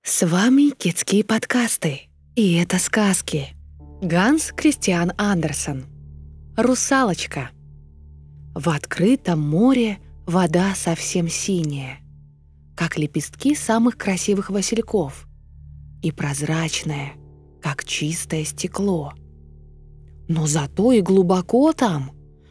С вами Китские подкасты, и это сказки. Ганс Кристиан Андерсен. Русалочка. В открытом море вода совсем синяя, как лепестки самых красивых васильков, и прозрачная, как чистое стекло. Но зато и глубоко там.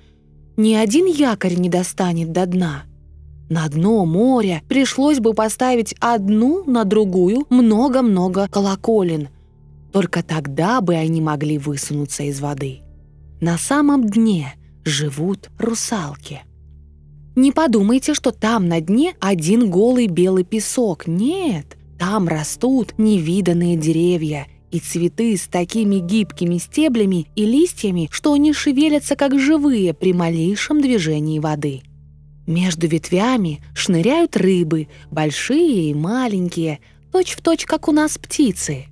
Ни один якорь не достанет до дна. На дно моря пришлось бы поставить одну на другую много-много колоколен. Только тогда бы они могли высунуться из воды. На самом дне живут русалки. Не подумайте, что там на дне один голый белый песок. Нет, там растут невиданные деревья и цветы с такими гибкими стеблями и листьями, что они шевелятся как живые при малейшем движении воды. Между ветвями шныряют рыбы, большие и маленькие, точь-в-точь, как у нас птицы.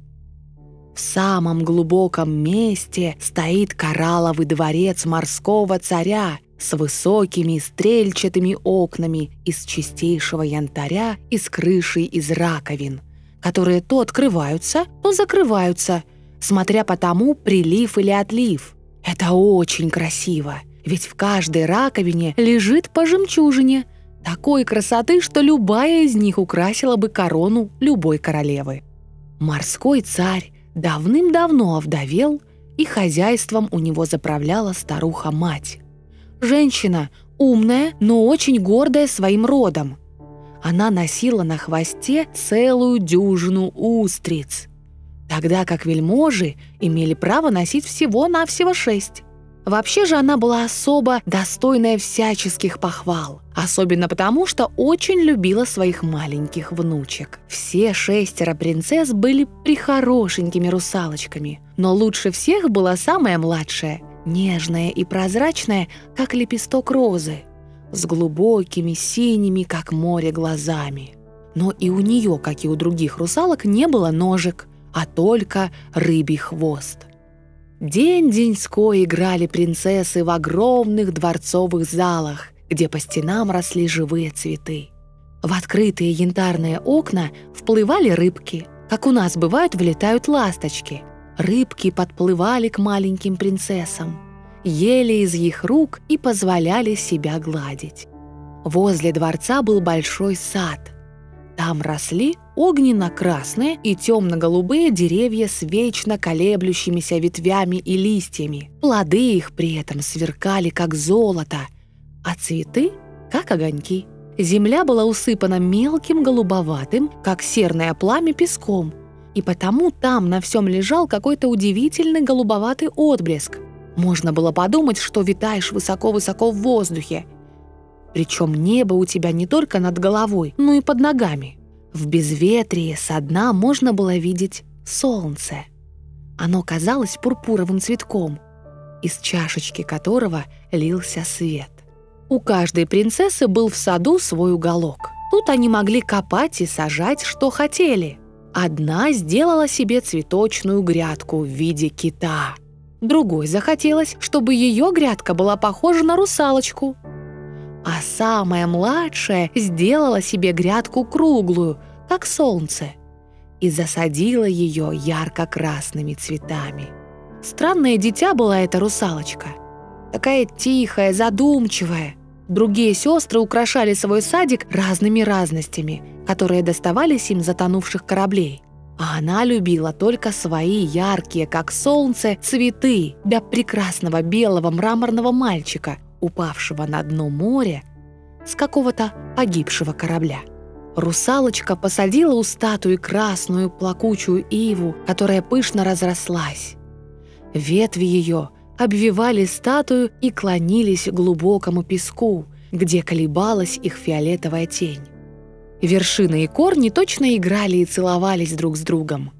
В самом глубоком месте стоит коралловый дворец морского царя с высокими стрельчатыми окнами из чистейшего янтаря и с крышей из раковин, которые то открываются, то закрываются, смотря по тому, прилив или отлив. Это очень красиво. Ведь в каждой раковине лежит по жемчужине, такой красоты, что любая из них украсила бы корону любой королевы. Морской царь давным-давно овдовел, и хозяйством у него заправляла старуха-мать. Женщина умная, но очень гордая своим родом. Она носила на хвосте целую дюжину устриц, тогда как вельможи имели право носить всего-навсего 6. Вообще же она была особо достойная всяческих похвал, особенно потому, что очень любила своих маленьких внучек. Все 6 принцесс были прихорошенькими русалочками, но лучше всех была самая младшая, нежная и прозрачная, как лепесток розы, с глубокими синими, как море, глазами. Но и у нее, как и у других русалок, не было ножек, а только рыбий хвост. День-деньской играли принцессы в огромных дворцовых залах, где по стенам росли живые цветы. В открытые янтарные окна вплывали рыбки, как у нас бывают влетают ласточки. Рыбки подплывали к маленьким принцессам, ели из их рук и позволяли себя гладить. Возле дворца был большой сад. Там росли огненно-красные и темно-голубые деревья с вечно колеблющимися ветвями и листьями. Плоды их при этом сверкали, как золото, а цветы — как огоньки. Земля была усыпана мелким голубоватым, как серное пламя, песком, и потому там на всем лежал какой-то удивительный голубоватый отблеск. Можно было подумать, что витаешь высоко-высоко в воздухе. Причем небо у тебя не только над головой, но и под ногами. В безветрии со дна можно было видеть солнце. Оно казалось пурпуровым цветком, из чашечки которого лился свет. У каждой принцессы был в саду свой уголок. Тут они могли копать и сажать, что хотели. Одна сделала себе цветочную грядку в виде кита. Другой захотелось, чтобы ее грядка была похожа на русалочку. А самая младшая сделала себе грядку круглую, как солнце, и засадила ее ярко-красными цветами. Странное дитя была эта русалочка. Такая тихая, задумчивая. Другие сестры украшали свой садик разными разностями, которые доставались им с затонувших кораблей. А она любила только свои яркие, как солнце, цветы для прекрасного белого мраморного мальчика, упавшего на дно моря с какого-то погибшего корабля. Русалочка посадила у статуи красную плакучую иву, которая пышно разрослась. Ветви ее обвивали статую и клонились к глубокому песку, где колебалась их фиолетовая тень. Вершины и корни точно играли и целовались друг с другом.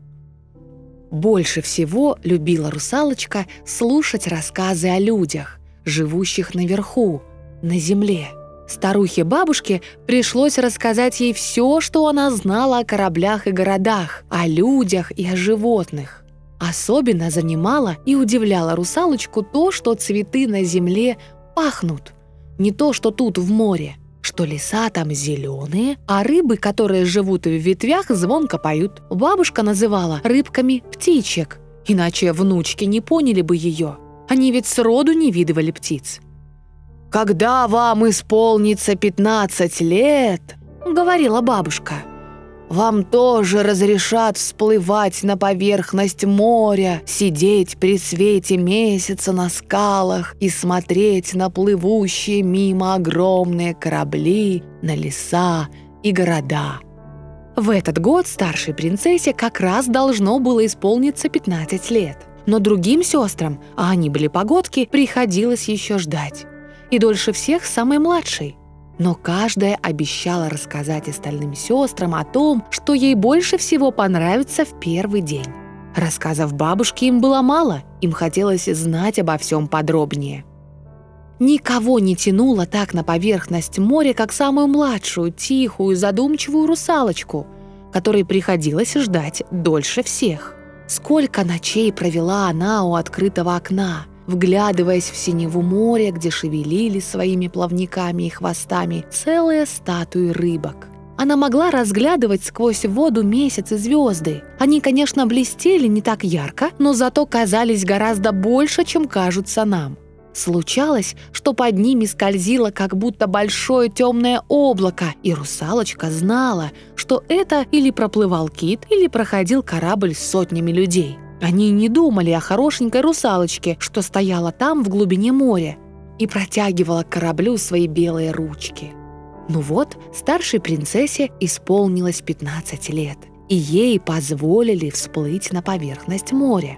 Больше всего любила русалочка слушать рассказы о людях, живущих наверху, на земле. Старухе-бабушке пришлось рассказать ей все, что она знала о кораблях и городах, о людях и о животных. Особенно занимало и удивляло русалочку то, что цветы на земле пахнут. Не то, что тут в море, что что леса там зеленые, а рыбы, которые живут в ветвях, звонко поют. Бабушка называла рыбками птичек, иначе внучки не поняли бы ее. Они ведь сроду не видывали птиц. «Когда вам исполнится 15 лет, — говорила бабушка, — вам тоже разрешат всплывать на поверхность моря, сидеть при свете месяца на скалах и смотреть на плывущие мимо огромные корабли, на леса и города». В этот год старшей принцессе как раз должно было исполниться 15 лет. Но другим сестрам, а они были погодки, приходилось еще ждать. И дольше всех самой младшей. Но каждая обещала рассказать остальным сестрам о том, что ей больше всего понравится в первый день. Рассказов бабушки им было мало, им хотелось знать обо всем подробнее. Никого не тянуло так на поверхность моря, как самую младшую, тихую, задумчивую русалочку, которой приходилось ждать дольше всех. Сколько ночей провела она у открытого окна, вглядываясь в синеву моря, где шевелились своими плавниками и хвостами целые статуи рыбок. Она могла разглядывать сквозь воду месяц и звезды. Они, конечно, блестели не так ярко, но зато казались гораздо больше, чем кажутся нам. Случалось, что под ними скользило как будто большое темное облако, и русалочка знала, что это или проплывал кит, или проходил корабль с сотнями людей. Они не думали о хорошенькой русалочке, что стояла там в глубине моря и протягивала к кораблю свои белые ручки. Ну вот, старшей принцессе исполнилось 15 лет, и ей позволили всплыть на поверхность моря.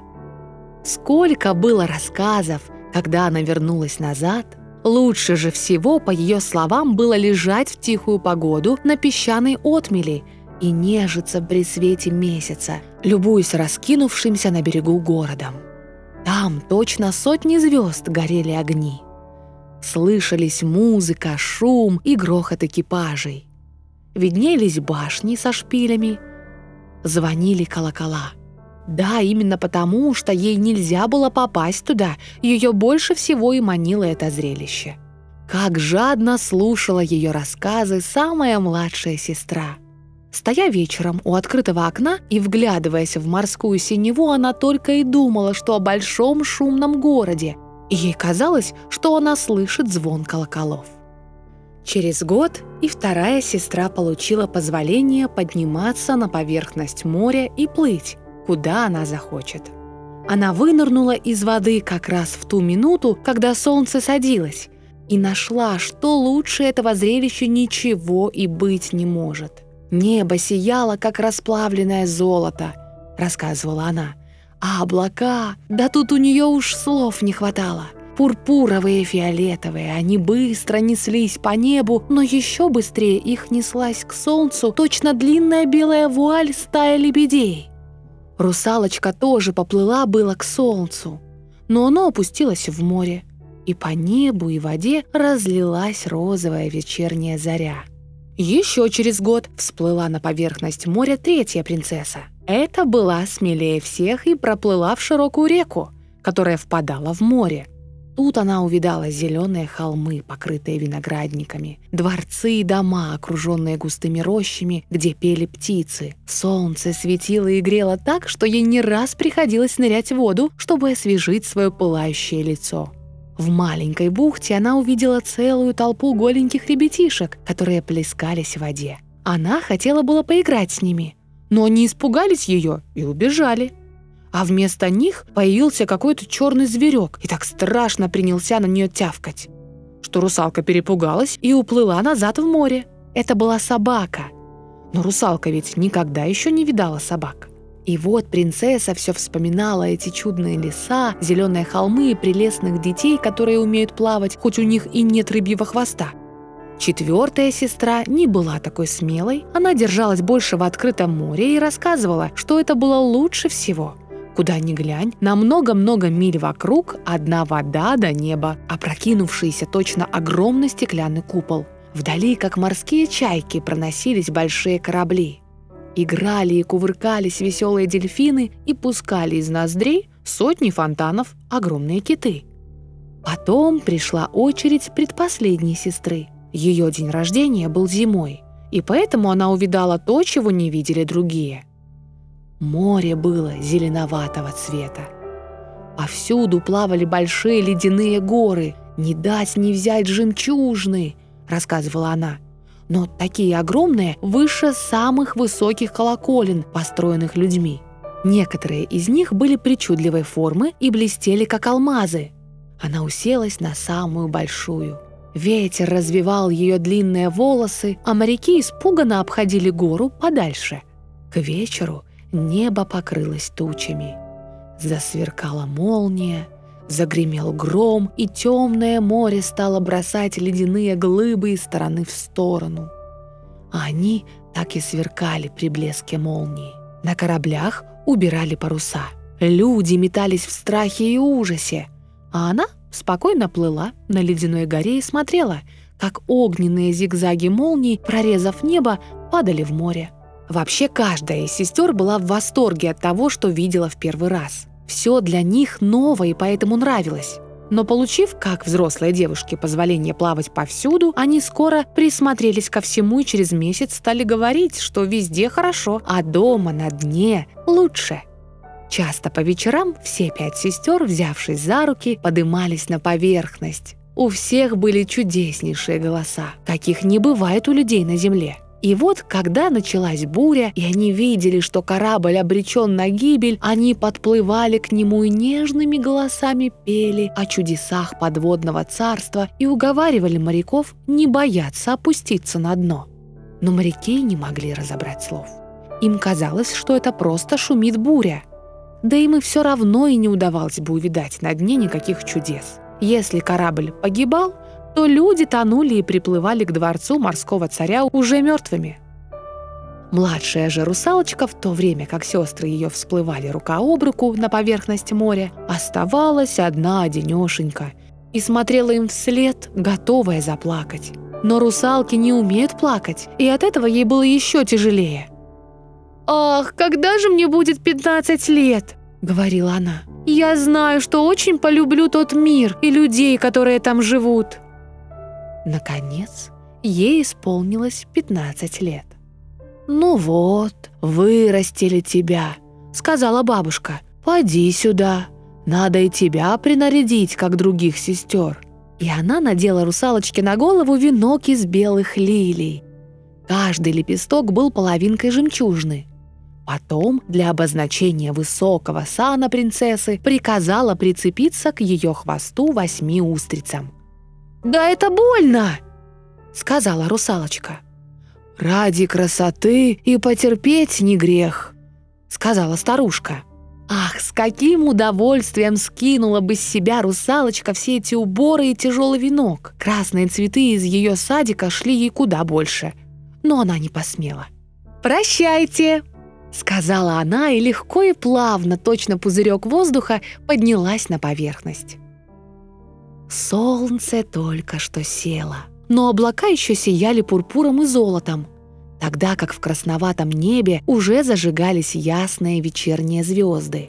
Сколько было рассказов, когда она вернулась назад. Лучше же всего, по ее словам, было лежать в тихую погоду на песчаной отмели и нежиться при свете месяца, любуясь раскинувшимся на берегу городом. Там точно сотни звезд горели огни. Слышались музыка, шум и грохот экипажей. Виднелись башни со шпилями, звонили колокола. Да, именно потому, что ей нельзя было попасть туда, ее больше всего и манило это зрелище. Как жадно слушала ее рассказы самая младшая сестра. Стоя вечером у открытого окна и вглядываясь в морскую синеву, она только и думала, что о большом шумном городе, и ей казалось, что она слышит звон колоколов. Через год и вторая сестра получила позволение подниматься на поверхность моря и плыть, куда она захочет. Она вынырнула из воды как раз в ту минуту, когда солнце садилось, и нашла, что лучше этого зрелища ничего и быть не может. «Небо сияло, как расплавленное золото», — рассказывала она, «а облака, да тут у нее уж слов не хватало. Пурпуровые и фиолетовые, они быстро неслись по небу, но еще быстрее их неслась к солнцу точно длинная белая вуаль стая лебедей. Русалочка тоже поплыла было к солнцу, но оно опустилось в море, и по небу и воде разлилась розовая вечерняя заря. Еще через год всплыла на поверхность моря третья принцесса. Это была смелее всех и проплыла в широкую реку, которая впадала в море. Тут она увидала зеленые холмы, покрытые виноградниками, дворцы и дома, окруженные густыми рощами, где пели птицы. Солнце светило и грело так, что ей не раз приходилось нырять в воду, чтобы освежить свое пылающее лицо. В маленькой бухте она увидела целую толпу голеньких ребятишек, которые плескались в воде. Она хотела было поиграть с ними, но они испугались ее и убежали. А вместо них появился какой-то черный зверек и так страшно принялся на нее тявкать, что русалка перепугалась и уплыла назад в море. Это была собака. Но русалка ведь никогда еще не видала собак. И вот принцесса все вспоминала эти чудные леса, зеленые холмы и прелестных детей, которые умеют плавать, хоть у них и нет рыбьего хвоста. Четвертая сестра не была такой смелой, она держалась больше в открытом море и рассказывала, что это было лучше всего. Куда ни глянь, на много-много миль вокруг одна вода до неба, опрокинувшийся точно огромный стеклянный купол. Вдали, как морские чайки, проносились большие корабли. Играли и кувыркались веселые дельфины и пускали из ноздрей сотни фонтанов огромные киты. Потом пришла очередь предпоследней сестры. Ее день рождения был зимой, и поэтому она увидала то, чего не видели другие. Море было зеленоватого цвета. Повсюду плавали большие ледяные горы, не дать не взять жемчужины, рассказывала она. Но такие огромные, выше самых высоких колоколен, построенных людьми. Некоторые из них были причудливой формы и блестели, как алмазы. Она уселась на самую большую. Ветер развивал ее длинные волосы, а моряки испуганно обходили гору подальше. К вечеру небо покрылось тучами. Засверкала молния, загремел гром, и темное море стало бросать ледяные глыбы из стороны в сторону. А они так и сверкали при блеске молнии. На кораблях убирали паруса. Люди метались в страхе и ужасе, а она спокойно плыла на ледяной горе и смотрела, как огненные зигзаги молний, прорезав небо, падали в море. Вообще, каждая из сестер была в восторге от того, что видела в первый раз. Все для них ново и поэтому нравилось. Но получив, как взрослые девушки, позволение плавать повсюду, они скоро присмотрелись ко всему и через месяц стали говорить, что везде хорошо, а дома на дне лучше. Часто по вечерам все 5 сестер, взявшись за руки, подымались на поверхность. У всех были чудеснейшие голоса, каких не бывает у людей на земле. И вот, когда началась буря, и они видели, что корабль обречен на гибель, они подплывали к нему и нежными голосами пели о чудесах подводного царства и уговаривали моряков не бояться опуститься на дно. Но моряки не могли разобрать слов. Им казалось, что это просто шумит буря. Да им и все равно и не удавалось бы увидать на дне никаких чудес. Если корабль погибал, то люди тонули и приплывали к дворцу морского царя уже мертвыми. Младшая же русалочка, в то время как сестры ее всплывали рука об руку на поверхность моря, оставалась одна-одинешенька и смотрела им вслед, готовая заплакать. Но русалки не умеют плакать, и от этого ей было еще тяжелее. «Ах, когда же мне будет 15 лет?» — говорила она. «Я знаю, что очень полюблю тот мир и людей, которые там живут». Наконец, ей исполнилось 15 лет. «Ну вот, вырастили тебя», — сказала бабушка. «Поди сюда, надо и тебя принарядить, как других сестер». И она надела русалочке на голову венок из белых лилий. Каждый лепесток был половинкой жемчужины. Потом, для обозначения высокого сана принцессы, приказала прицепиться к ее хвосту 8 устрицам. «Да это больно!» — сказала русалочка. «Ради красоты и потерпеть не грех», — сказала старушка. Ах, с каким удовольствием скинула бы с себя русалочка все эти уборы и тяжелый венок. Красные цветы из ее садика шли ей куда больше, но она не посмела. «Прощайте!» — сказала она, и легко и плавно, точно пузырек воздуха, поднялась на поверхность. Солнце только что село, но облака еще сияли пурпуром и золотом, тогда как в красноватом небе уже зажигались ясные вечерние звезды.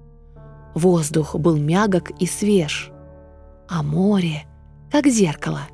Воздух был мягок и свеж, а море как зеркало.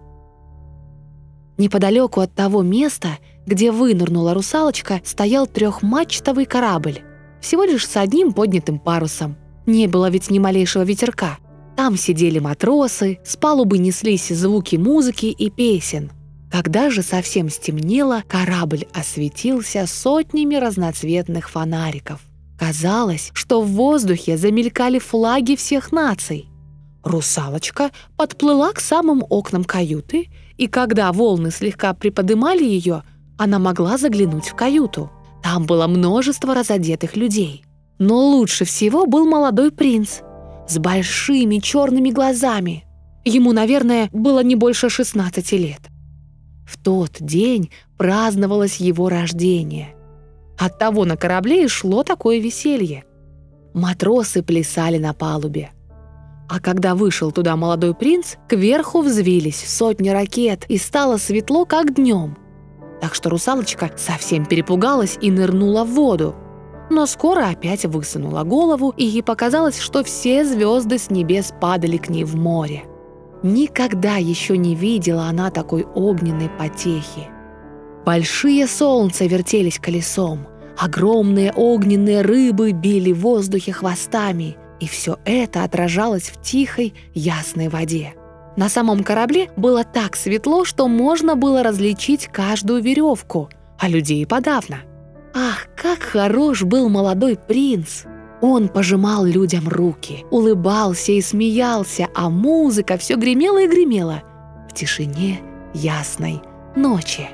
Неподалеку от того места, где вынырнула русалочка, стоял 3-мачтовый корабль, всего лишь с одним поднятым парусом. Не было ведь ни малейшего ветерка. Там сидели матросы, с палубы неслись звуки музыки и песен. Когда же совсем стемнело, корабль осветился сотнями разноцветных фонариков. Казалось, что в воздухе замелькали флаги всех наций. Русалочка подплыла к самым окнам каюты, и когда волны слегка приподымали ее, она могла заглянуть в каюту. Там было множество разодетых людей. Но лучше всего был молодой принц с большими черными глазами. Ему, наверное, было не больше 16 лет. В тот день праздновалось его рождение. Оттого на корабле и шло такое веселье. Матросы плясали на палубе. А когда вышел туда молодой принц, кверху взвились сотни ракет, и стало светло, как днем. Так что русалочка совсем перепугалась и нырнула в воду. Но скоро опять высунула голову, и ей показалось, что все звезды с небес падали к ней в море. Никогда еще не видела она такой огненной потехи. Большие солнца вертелись колесом, огромные огненные рыбы били в воздухе хвостами, и все это отражалось в тихой, ясной воде. На самом корабле было так светло, что можно было различить каждую веревку, а людей подавно. Ах, как хорош был молодой принц! Он пожимал людям руки, улыбался и смеялся, а музыка все гремела и гремела в тишине ясной ночи.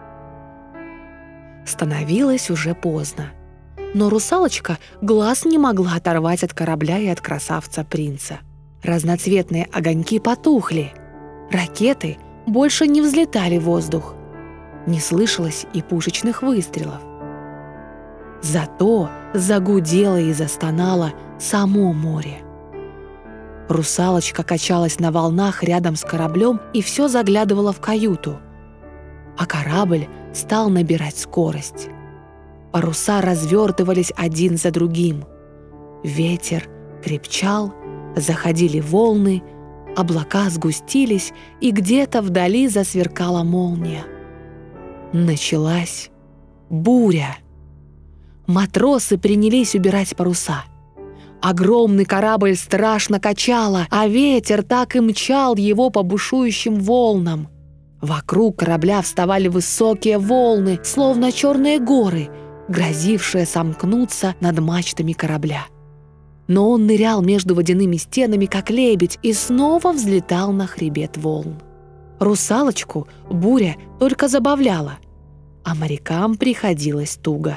Становилось уже поздно, но русалочка глаз не могла оторвать от корабля и от красавца-принца. Разноцветные огоньки потухли, ракеты больше не взлетали в воздух, не слышалось и пушечных выстрелов. Зато загудело и застонало само море. Русалочка качалась на волнах рядом с кораблем и все заглядывала в каюту, а корабль стал набирать скорость. Паруса развертывались один за другим. Ветер крепчал, заходили волны, облака сгустились, и где-то вдали засверкала молния. Началась буря. Матросы принялись убирать паруса. Огромный корабль страшно качало, а ветер так и мчал его по бушующим волнам. Вокруг корабля вставали высокие волны, словно черные горы, грозившие сомкнуться над мачтами корабля. Но он нырял между водяными стенами, как лебедь, и снова взлетал на хребет волн. Русалочку буря только забавляла, а морякам приходилось туго.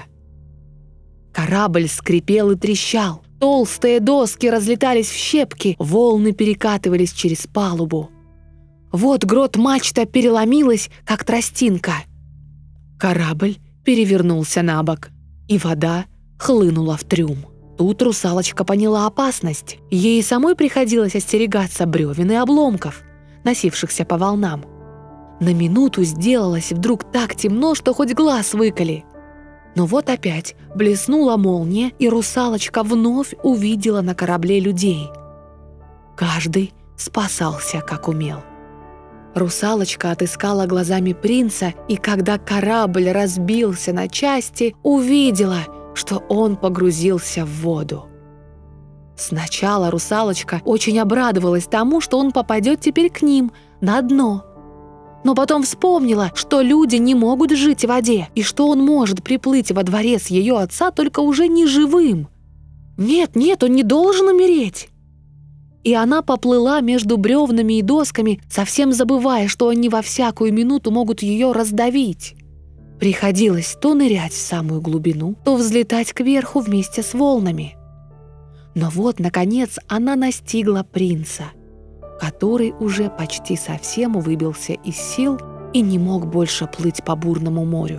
Корабль скрипел и трещал, толстые доски разлетались в щепки, волны перекатывались через палубу. Вот грот-мачта переломилась, как тростинка. Корабль перевернулся на бок, и вода хлынула в трюм. Тут русалочка поняла опасность. Ей самой приходилось остерегаться бревен и обломков, носившихся по волнам. На минуту сделалось вдруг так темно, что хоть глаз выколи. Но вот опять блеснула молния, и русалочка вновь увидела на корабле людей. Каждый спасался, как умел. Русалочка отыскала глазами принца, и когда корабль разбился на части, увидела, что он погрузился в воду. Сначала русалочка очень обрадовалась тому, что он попадет теперь к ним, на дно. Но потом вспомнила, что люди не могут жить в воде, и что он может приплыть во дворец ее отца только уже не живым. Нет, он не должен умереть. И она поплыла между бревнами и досками, совсем забывая, что они во всякую минуту могут ее раздавить. Приходилось то нырять в самую глубину, то взлетать кверху вместе с волнами. Но вот, наконец, она настигла принца, который уже почти совсем выбился из сил и не мог больше плыть по бурному морю.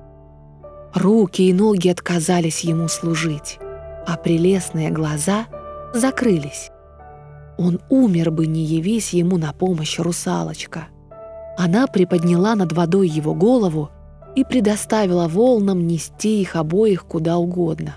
Руки и ноги отказались ему служить, а прелестные глаза закрылись. Он умер бы, не явись ему на помощь русалочка. Она приподняла над водой его голову и предоставила волнам нести их обоих куда угодно.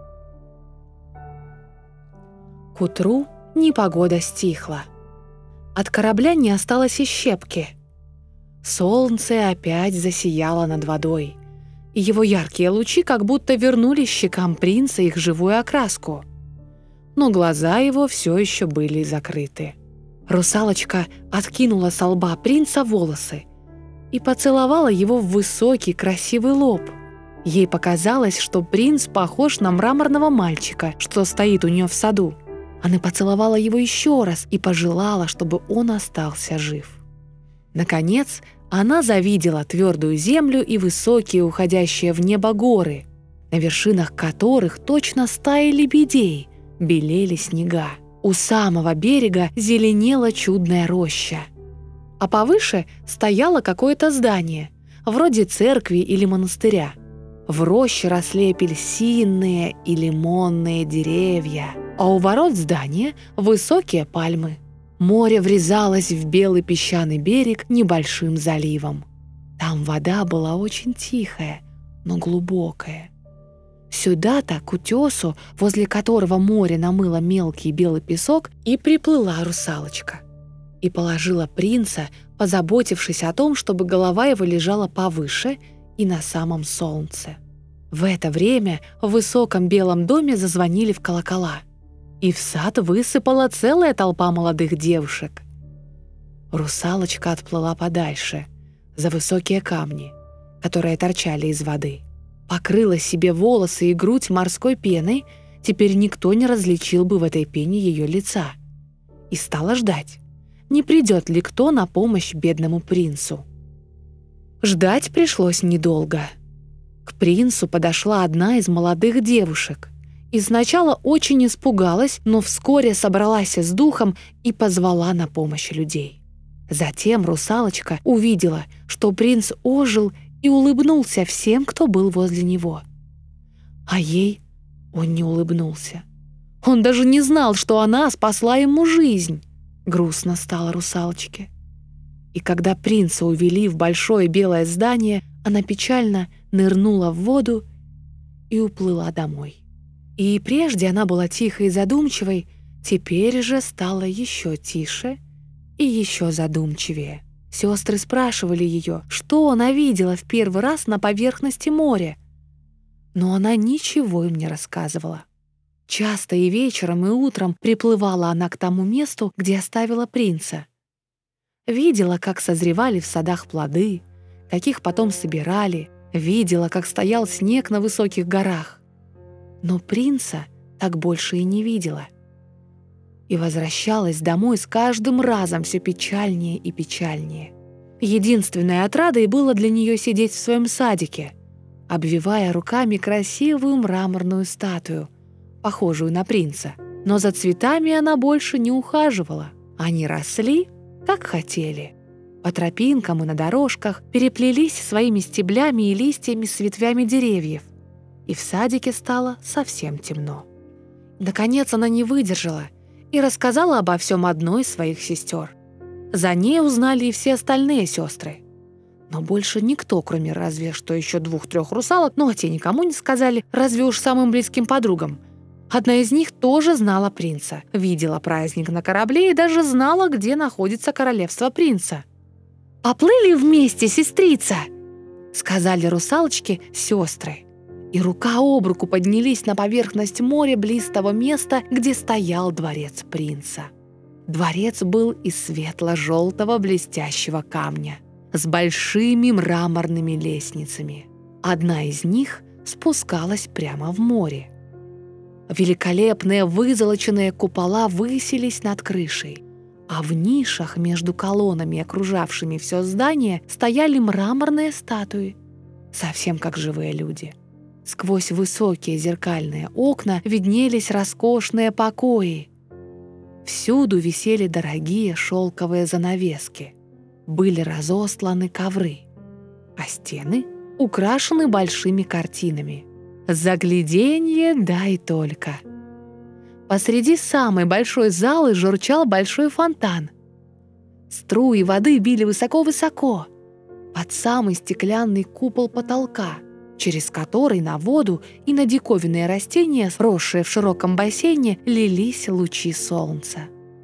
К утру непогода стихла. От корабля не осталось и щепки. Солнце опять засияло над водой, и его яркие лучи как будто вернули щекам принца их живую окраску. Но глаза его все еще были закрыты. Русалочка откинула со лба принца волосы и поцеловала его в высокий красивый лоб. Ей показалось, что принц похож на мраморного мальчика, что стоит у нее в саду. Она поцеловала его еще раз и пожелала, чтобы он остался жив. Наконец, она завидела твердую землю и высокие, уходящие в небо горы, на вершинах которых точно стаи лебедей белели снега. У самого берега зеленела чудная роща, а повыше стояло какое-то здание, вроде церкви или монастыря. В роще росли апельсинные и лимонные деревья, а у ворот здания высокие пальмы. Море врезалось в белый песчаный берег небольшим заливом. Там вода была очень тихая, но глубокая. Сюда-то, к утесу, возле которого море намыло мелкий белый песок, и приплыла русалочка. и положила принца, позаботившись о том, чтобы голова его лежала повыше и на самом солнце. В это время в высоком белом доме зазвонили в колокола, и в сад высыпала целая толпа молодых девушек. Русалочка отплыла подальше, за высокие камни, которые торчали из воды. Покрыла себе волосы и грудь морской пеной, теперь никто не различил бы в этой пене ее лица. И стала ждать, не придет ли кто на помощь бедному принцу. Ждать пришлось недолго. К принцу подошла одна из молодых девушек и сначала очень испугалась, но вскоре собралась с духом и позвала на помощь людей. Затем русалочка увидела, что принц ожил и улыбнулся всем, кто был возле него. А ей он не улыбнулся. Он даже не знал, что она спасла ему жизнь. Грустно стало русалочке. И когда принца увели в большое белое здание, она печально нырнула в воду и уплыла домой. И прежде она была тихой и задумчивой, теперь же стала еще тише и еще задумчивее. Сестры спрашивали ее, что она видела в первый раз на поверхности моря, но она ничего им не рассказывала. Часто и вечером, и утром приплывала она к тому месту, где оставила принца. Видела, как созревали в садах плоды, каких потом собирали, видела, как стоял снег на высоких горах. Но принца так больше и не видела. И возвращалась домой с каждым разом все печальнее и печальнее. Единственной отрадой было для нее сидеть в своем садике, обвивая руками красивую мраморную статую, похожую на принца. Но за цветами она больше не ухаживала. Они росли, как хотели. По тропинкам и на дорожках переплелись своими стеблями и листьями с ветвями деревьев. И в садике стало совсем темно. Наконец она не выдержала и рассказала обо всем одной из своих сестер. За ней узнали и все остальные сестры. Но больше никто, кроме разве что еще 2-3 русалок, но те никому не сказали, разве уж самым близким подругам. Одна из них тоже знала принца, видела праздник на корабле и даже знала, где находится королевство принца. «Поплыли вместе, сестрица!» — сказали русалочки сестры. И рука об руку поднялись на поверхность моря близ того места, где стоял дворец принца. Дворец был из светло-желтого блестящего камня с большими мраморными лестницами. Одна из них спускалась прямо в море. Великолепные вызолоченные купола высились над крышей, а в нишах между колоннами, окружавшими все здание, стояли мраморные статуи, совсем как живые люди. Сквозь высокие зеркальные окна виднелись роскошные покои. Всюду висели дорогие шелковые занавески, были разостланы ковры, а стены украшены большими картинами. Загляденье, да и только. Посреди самой большой залы журчал большой фонтан. Струи воды били высоко-высоко, под самый стеклянный купол потолка, через который на воду и на диковинные растения, росшие в широком бассейне, лились лучи солнца.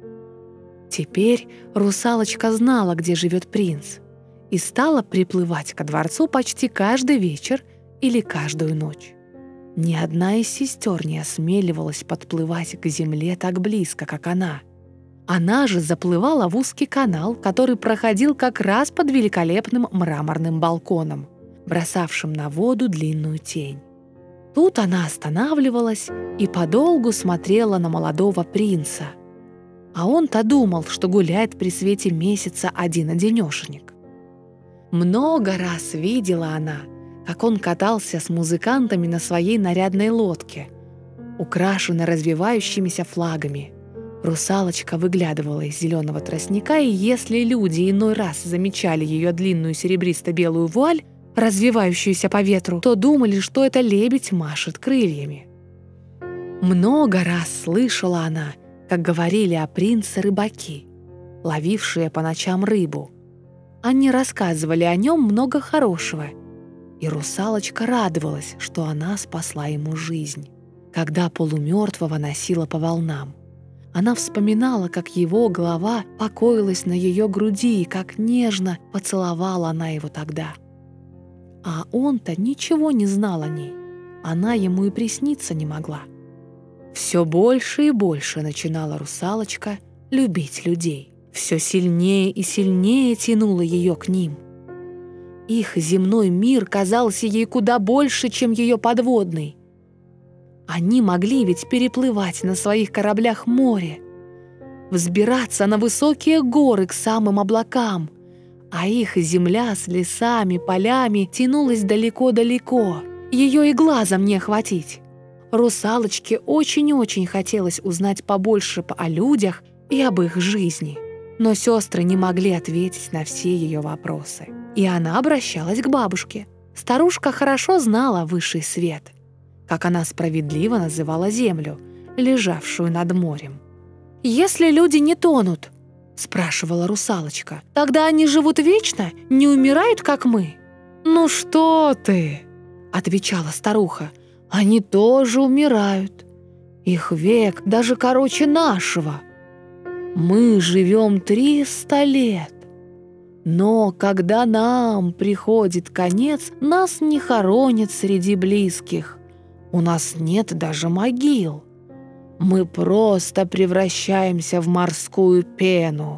Теперь русалочка знала, где живет принц, и стала приплывать ко дворцу почти каждый вечер или каждую ночь. Ни одна из сестер не осмеливалась подплывать к земле так близко, как она. Она же заплывала в узкий канал, который проходил как раз под великолепным мраморным балконом, бросавшим на воду длинную тень. Тут она останавливалась и подолгу смотрела на молодого принца. А он-то думал, что гуляет при свете месяца один-одинешенек. Много раз видела она, как он катался с музыкантами на своей нарядной лодке, украшенной развивающимися флагами. Русалочка выглядывала из зеленого тростника, и если люди иной раз замечали ее длинную серебристо-белую вуаль, развивающуюся по ветру, то думали, что это лебедь машет крыльями. Много раз слышала она, как говорили о принце рыбаки, ловившие по ночам рыбу. Они рассказывали о нем много хорошего, и русалочка радовалась, что она спасла ему жизнь, когда полумертвого носила по волнам. Она вспоминала, как его голова покоилась на ее груди, и как нежно поцеловала она его тогда. А он-то ничего не знал о ней. Она ему и присниться не могла. Все больше и больше начинала русалочка любить людей. Все сильнее и сильнее тянуло ее к ним. Их земной мир казался ей куда больше, чем ее подводный. Они могли ведь переплывать на своих кораблях море, взбираться на высокие горы к самым облакам, а их земля с лесами, полями тянулась далеко-далеко. Ее и глазом не охватить. Русалочке очень-очень хотелось узнать побольше о людях и об их жизни. Но сестры не могли ответить на все ее вопросы. И она обращалась к бабушке. Старушка хорошо знала высший свет, как она справедливо называла землю, лежавшую над морем. «Если люди не тонут, — спрашивала русалочка, — тогда они живут вечно, не умирают, как мы?» «Ну что ты!» — отвечала старуха. «Они тоже умирают. Их век даже короче нашего. Мы живем 300 лет. Но когда нам приходит конец, нас не хоронят среди близких. У нас нет даже могил. Мы просто превращаемся в морскую пену.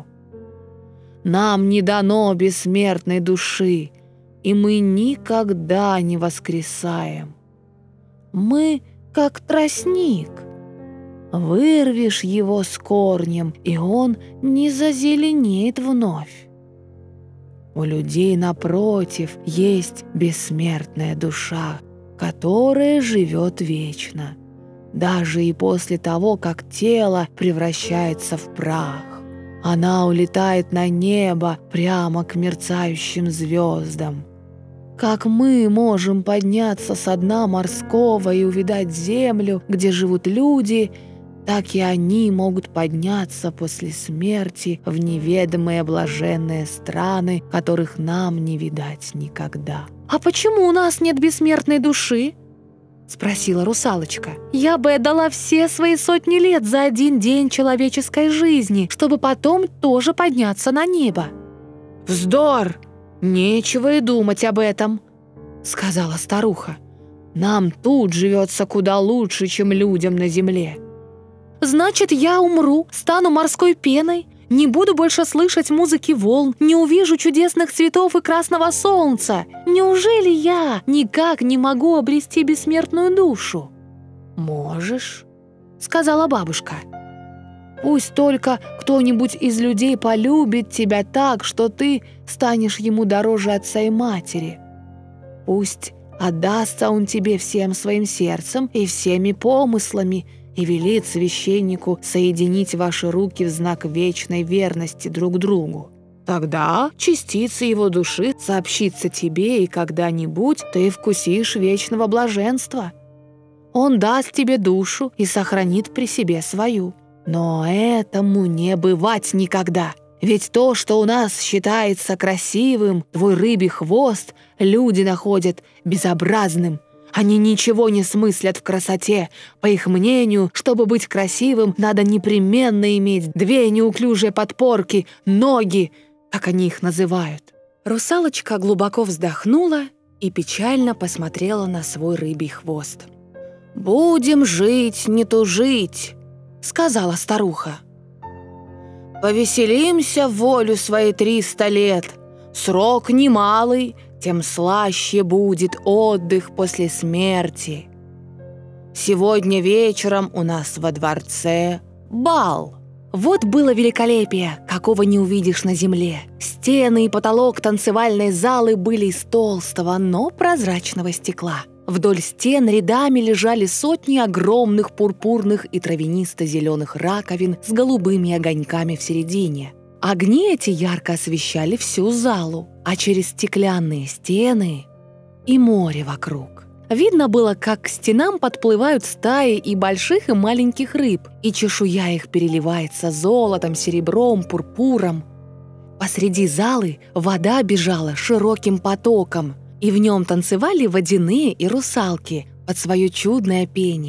Нам не дано бессмертной души, и мы никогда не воскресаем. Мы как тростник. Вырвешь его с корнем, и он не зазеленеет вновь. У людей, напротив, есть бессмертная душа, которая живет вечно, даже и после того, как тело превращается в прах. Она улетает на небо прямо к мерцающим звездам. Как мы можем подняться со дна морского и увидать землю, где живут люди, так и они могут подняться после смерти в неведомые блаженные страны, которых нам не видать никогда. «А почему у нас нет бессмертной души?» — спросила русалочка. «Я бы отдала все свои сотни лет за один день человеческой жизни, чтобы потом тоже подняться на небо». «Вздор! Нечего и думать об этом», — сказала старуха. «Нам тут живется куда лучше, чем людям на земле». «Значит, я умру, стану морской пеной, не буду больше слышать музыки волн, не увижу чудесных цветов и красного солнца. Неужели я никак не могу обрести бессмертную душу?» «Можешь», — сказала бабушка. «Пусть только кто-нибудь из людей полюбит тебя так, что ты станешь ему дороже отца и матери. Пусть отдастся он тебе всем своим сердцем и всеми помыслами, и велит священнику соединить ваши руки в знак вечной верности друг другу. Тогда частица его души сообщится тебе, и когда-нибудь ты вкусишь вечного блаженства. Он даст тебе душу и сохранит при себе свою. Но этому не бывать никогда. Ведь то, что у нас считается красивым, твой рыбий хвост, люди находят безобразным. Они ничего не смыслят в красоте. По их мнению, чтобы быть красивым, надо непременно иметь 2 неуклюжие подпорки, ноги, как они их называют». Русалочка глубоко вздохнула и печально посмотрела на свой рыбий хвост. «Будем жить, не тужить», — сказала старуха. «Повеселимся в волю свои 300 лет. Срок немалый, тем слаще будет отдых после смерти. Сегодня вечером у нас во дворце бал». Вот было великолепие, какого не увидишь на земле. Стены и потолок танцевальной залы были из толстого, но прозрачного стекла. Вдоль стен рядами лежали сотни огромных пурпурных и травянисто-зеленых раковин с голубыми огоньками в середине. Огни эти ярко освещали всю залу, а через стеклянные стены и море вокруг. Видно было, как к стенам подплывают стаи и больших, и маленьких рыб, и чешуя их переливается золотом, серебром, пурпуром. Посреди залы вода бежала широким потоком, и в нем танцевали водяные и русалки под свое чудное пение.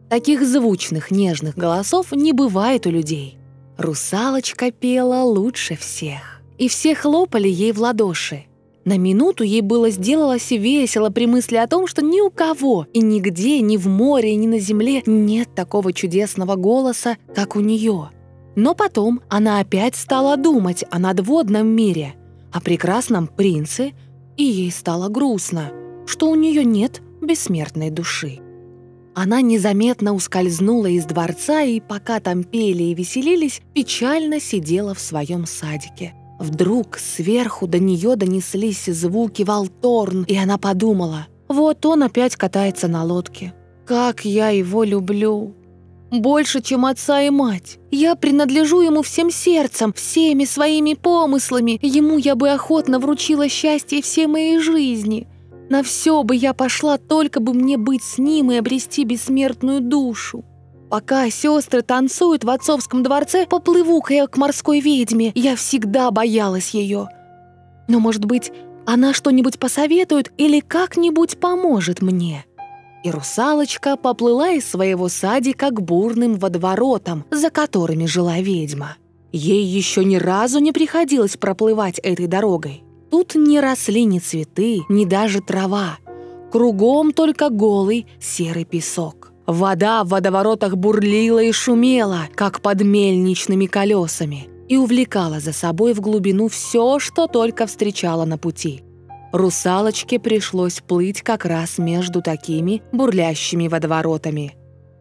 Таких звучных, нежных голосов не бывает у людей. Русалочка пела лучше всех, и все хлопали ей в ладоши. На минуту ей было сделалось весело при мысли о том, что ни у кого и нигде, ни в море, ни на земле нет такого чудесного голоса, как у нее. Но потом она опять стала думать о надводном мире, о прекрасном принце, и ей стало грустно, что у нее нет бессмертной души. Она незаметно ускользнула из дворца и, пока там пели и веселились, печально сидела в своем садике. Вдруг сверху до нее донеслись звуки валторн, и она подумала: вот он опять катается на лодке. Как я его люблю! Больше, чем отца и мать. Я принадлежу ему всем сердцем, всеми своими помыслами. Ему я бы охотно вручила счастье всей моей жизни. На все бы я пошла, только бы мне быть с ним и обрести бессмертную душу. Пока сестры танцуют в отцовском дворце, поплыву-ка я к морской ведьме. Я всегда боялась ее. Но, может быть, она что-нибудь посоветует или как-нибудь поможет мне. И русалочка поплыла из своего садика к бурным водоворотам, за которыми жила ведьма. Ей еще ни разу не приходилось проплывать этой дорогой. Тут не росли ни цветы, ни даже трава. Кругом только голый серый песок. Вода в водоворотах бурлила и шумела, как под мельничными колесами, и увлекала за собой в глубину все, что только встречала на пути. Русалочке пришлось плыть как раз между такими бурлящими водоворотами.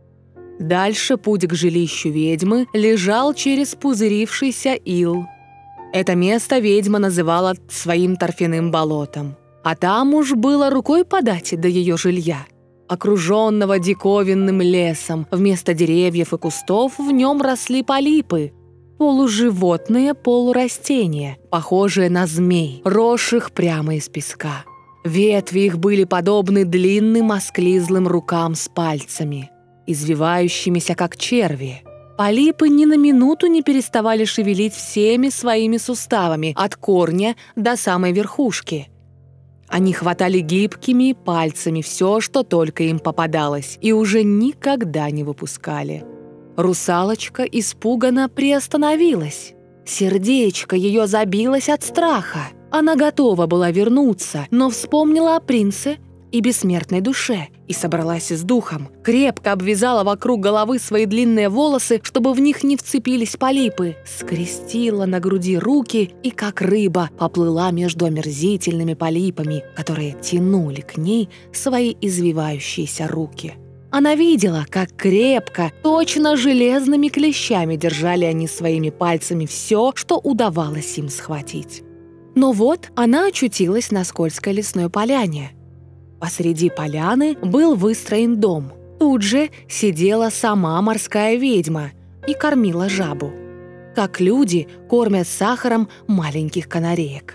Дальше путь к жилищу ведьмы лежал через пузырившийся ил. Это место ведьма называла своим торфяным болотом. А там уж было рукой подать до ее жилья. Окруженного диковинным лесом, вместо деревьев и кустов в нем росли полипы. Полуживотные, полурастения, похожие на змей, росших прямо из песка. Ветви их были подобны длинным осклизлым рукам с пальцами, извивающимися, как черви. Полипы ни на минуту не переставали шевелить всеми своими суставами, от корня до самой верхушки. Они хватали гибкими пальцами все, что только им попадалось, и уже никогда не выпускали. Русалочка испуганно приостановилась. Сердечко ее забилось от страха. Она готова была вернуться, но вспомнила о принце и бессмертной душе и собралась с духом. Крепко обвязала вокруг головы свои длинные волосы, чтобы в них не вцепились полипы. Скрестила на груди руки и, как рыба, поплыла между омерзительными полипами, которые тянули к ней свои извивающиеся руки. Она видела, как крепко, точно железными клещами держали они своими пальцами все, что удавалось им схватить. Но вот она очутилась на скользкой лесной поляне. Посреди поляны был выстроен дом. Тут же сидела сама морская ведьма и кормила жабу. Как люди кормят сахаром маленьких канареек.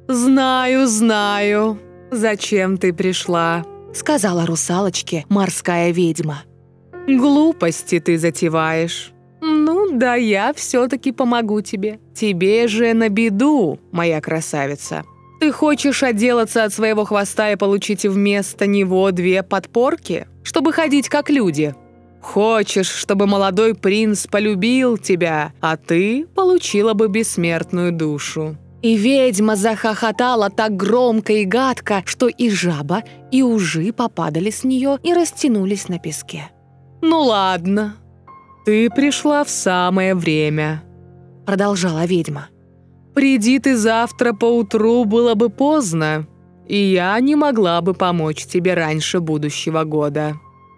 «Знаю, знаю, зачем ты пришла», — сказала русалочке морская ведьма. «Глупости ты затеваешь. Ну да, я все-таки помогу тебе. Тебе же на беду, моя красавица. Ты хочешь отделаться от своего хвоста и получить вместо него 2 подпорки, чтобы ходить как люди? Хочешь, чтобы молодой принц полюбил тебя, а ты получила бы бессмертную душу». И ведьма захохотала так громко и гадко, что и жаба, и ужи попадали с нее и растянулись на песке. «Ну ладно, ты пришла в самое время», — продолжала ведьма. «Приди ты завтра поутру, было бы поздно, и я не могла бы помочь тебе раньше будущего года.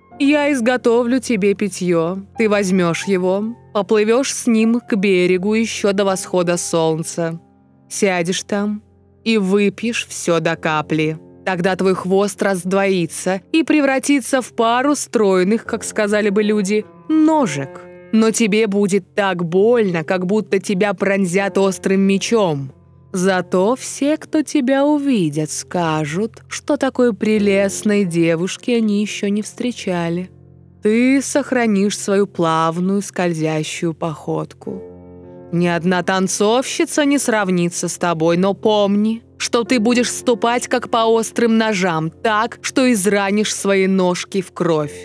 Я изготовлю тебе питье, ты возьмешь его, поплывешь с ним к берегу еще до восхода солнца. Сядешь там и выпьешь все до капли. Тогда твой хвост раздвоится и превратится в пару стройных, как сказали бы люди, ножек. Но тебе будет так больно, как будто тебя пронзят острым мечом. Зато все, кто тебя увидят, скажут, что такой прелестной девушки они еще не встречали. Ты сохранишь свою плавную скользящую походку. Ни одна танцовщица не сравнится с тобой, но помни, что ты будешь ступать как по острым ножам, так, что изранишь свои ножки в кровь.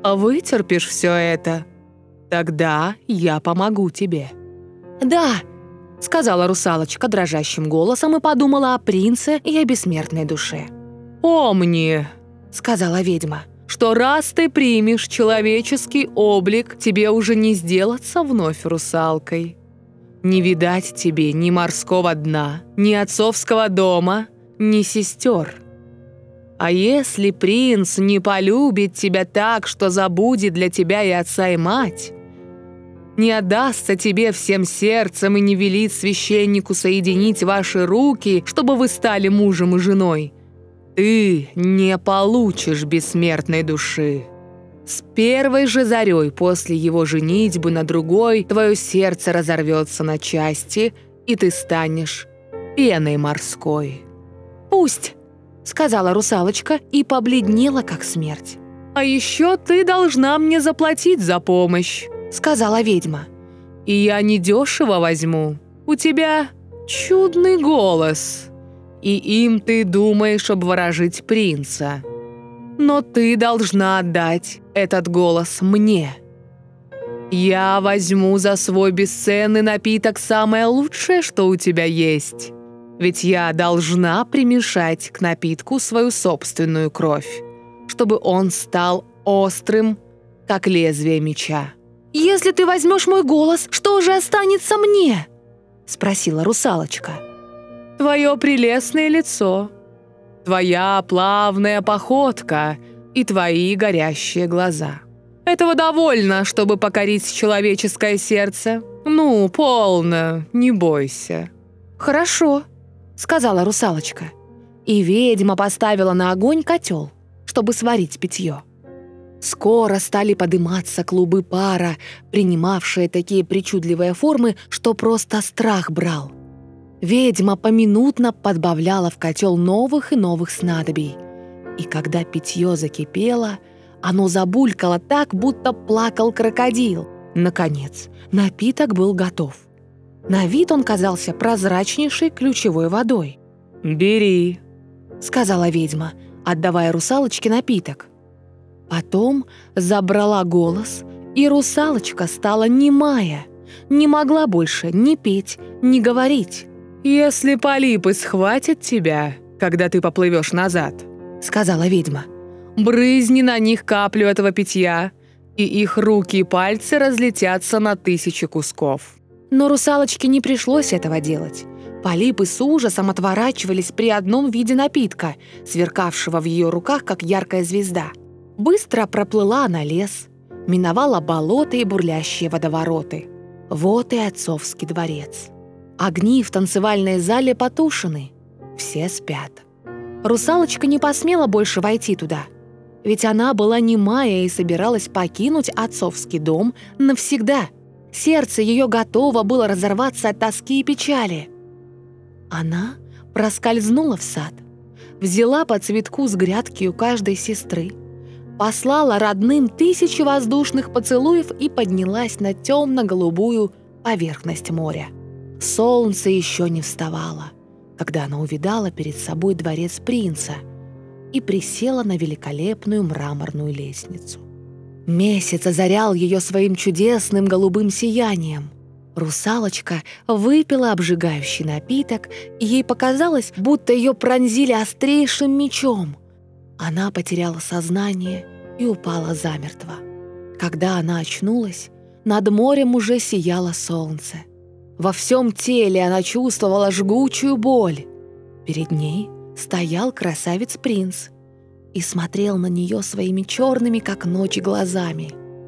Вытерпишь все это? Тогда я помогу тебе». «Да», — сказала русалочка дрожащим голосом и подумала о принце и о бессмертной душе. «Помни», — сказала ведьма, «что раз ты примешь человеческий облик, тебе уже не сделаться вновь русалкой. Не видать тебе ни морского дна, ни отцовского дома, ни сестер. А если принц не полюбит тебя так, что забудет для тебя и отца, и мать, не отдастся тебе всем сердцем и не велит священнику соединить ваши руки, чтобы вы стали мужем и женой, ты не получишь бессмертной души. С первой же зарей после его женитьбы на другой твое сердце разорвется на части, и ты станешь пеной морской». «Пусть», — сказала русалочка и побледнела, как смерть. «А еще ты должна мне заплатить за помощь», — сказала ведьма. «И я недешево возьму. У тебя чудный голос, и им ты думаешь обворожить принца. Но ты должна отдать этот голос мне. Я возьму за свой бесценный напиток самое лучшее, что у тебя есть. Ведь я должна примешать к напитку свою собственную кровь, чтобы он стал острым, как лезвие меча». «Если ты возьмешь мой голос, что же останется мне?» — спросила русалочка. «Твое прелестное лицо, твоя плавная походка и твои горящие глаза. Этого довольно, чтобы покорить человеческое сердце. Ну, полно, не бойся». «Хорошо», — сказала русалочка. И ведьма поставила на огонь котел, чтобы сварить питье. Скоро стали подыматься клубы пара, принимавшие такие причудливые формы, что просто страх брал. Ведьма поминутно подбавляла в котел новых и новых снадобий. И когда питье закипело, оно забулькало так, будто плакал крокодил. Наконец, напиток был готов. На вид он казался прозрачнейшей ключевой водой. «Бери», — сказала ведьма, отдавая русалочке напиток. Потом забрала голос, и русалочка стала немая, не могла больше ни петь, ни говорить. «Если полипы схватят тебя, когда ты поплывешь назад», — сказала ведьма, «брызни на них каплю этого питья, и их руки и пальцы разлетятся на 1000 кусков». Но русалочке не пришлось этого делать. Полипы с ужасом отворачивались при одном виде напитка, сверкавшего в ее руках, как яркая звезда. Быстро проплыла она лес, миновала болота и бурлящие водовороты. Вот и отцовский дворец. Огни в танцевальной зале потушены. Все спят. Русалочка не посмела больше войти туда, ведь она была немая и собиралась покинуть отцовский дом навсегда. Сердце ее готово было разорваться от тоски и печали. Она проскользнула в сад, взяла по цветку с грядки у каждой сестры, послала родным 1000 воздушных поцелуев и поднялась на темно-голубую поверхность моря. Солнце еще не вставало, когда она увидала перед собой дворец принца и присела на великолепную мраморную лестницу. Месяц озарял ее своим чудесным голубым сиянием. Русалочка выпила обжигающий напиток, и ей показалось, будто ее пронзили острейшим мечом. Она потеряла сознание и упала замертво. Когда она очнулась, над морем уже сияло солнце. Во всем теле она чувствовала жгучую боль. Перед ней стоял красавец-принц и смотрел на нее своими черными, как ночь, глазами.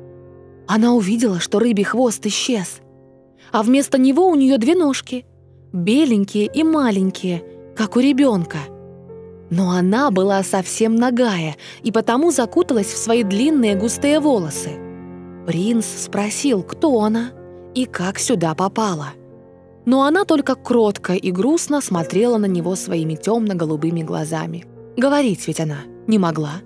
Она увидела, что рыбий хвост исчез, а вместо него у нее 2 ножки, беленькие и маленькие, как у ребенка. Но она была совсем нагая и потому закуталась в свои длинные густые волосы. Принц спросил, кто она и как сюда попала. Но она только кротко и грустно смотрела на него своими темно-голубыми глазами. Говорить ведь она не могла.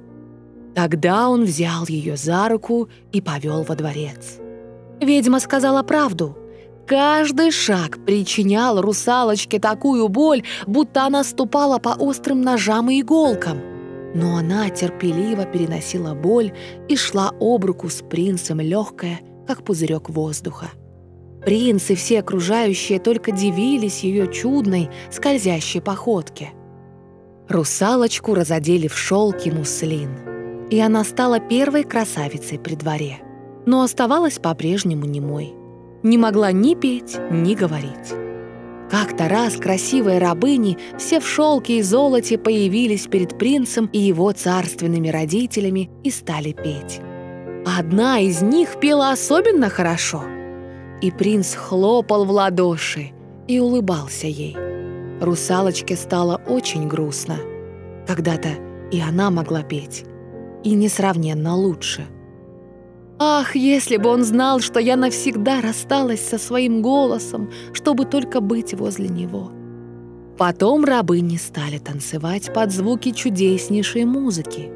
Тогда он взял ее за руку и повел во дворец. Ведьма сказала правду. Каждый шаг причинял русалочке такую боль, будто она ступала по острым ножам и иголкам. Но она терпеливо переносила боль и шла об руку с принцем, легкая, как пузырек воздуха. Принц и все окружающие только дивились ее чудной, скользящей походке. Русалочку разодели в шелк и муслин, и она стала первой красавицей при дворе, но оставалась по-прежнему немой. Не могла ни петь, ни говорить. Как-то раз красивые рабыни, все в шелке и золоте, появились перед принцем и его царственными родителями и стали петь. Одна из них пела особенно хорошо, и принц хлопал в ладоши и улыбался ей. Русалочке стало очень грустно. Когда-то и она могла петь, и несравненно лучше. Ах, если бы он знал, что я навсегда рассталась со своим голосом, чтобы только быть возле него. Потом рабыни стали танцевать под звуки чудеснейшей музыки.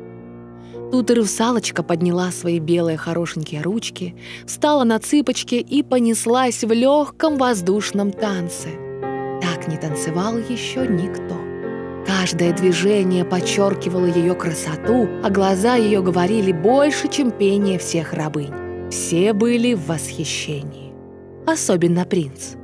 Тут и русалочка подняла свои белые хорошенькие ручки, встала на цыпочки и понеслась в легком воздушном танце. Так не танцевал еще никто. Каждое движение подчеркивало ее красоту, а глаза ее говорили больше, чем пение всех рабынь. Все были в восхищении. Особенно принц.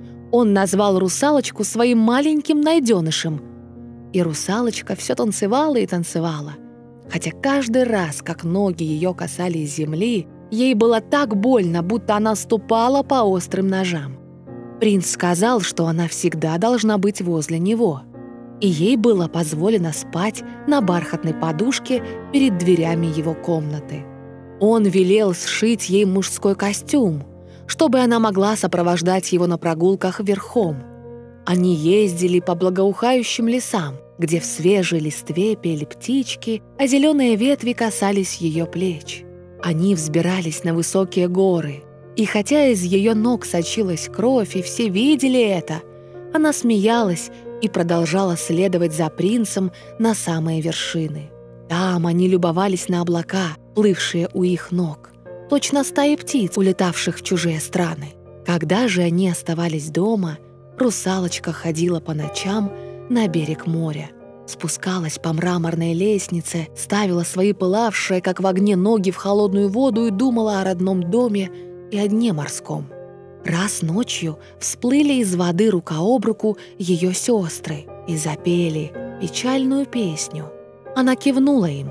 Он назвал русалочку своим маленьким найденышем. И русалочка все танцевала и танцевала. Хотя каждый раз, как ноги ее касались земли, ей было так больно, будто она ступала по острым ножам. Принц сказал, что она всегда должна быть возле него, и ей было позволено спать на бархатной подушке перед дверями его комнаты. Он велел сшить ей мужской костюм, чтобы она могла сопровождать его на прогулках верхом. Они ездили по благоухающим лесам, где в свежей листве пели птички, а зеленые ветви касались ее плеч. Они взбирались на высокие горы, и хотя из ее ног сочилась кровь, и все видели это, она смеялась и продолжала следовать за принцем на самые вершины. Там они любовались на облака, плывшие у их ног, точно стаи птиц, улетавших в чужие страны. Когда же они оставались дома, русалочка ходила по ночам на берег моря, спускалась по мраморной лестнице, ставила свои пылавшие, как в огне, ноги в холодную воду и думала о родном доме и о дне морском. Раз ночью всплыли из воды рука об руку ее сестры и запели печальную песню. Она кивнула им.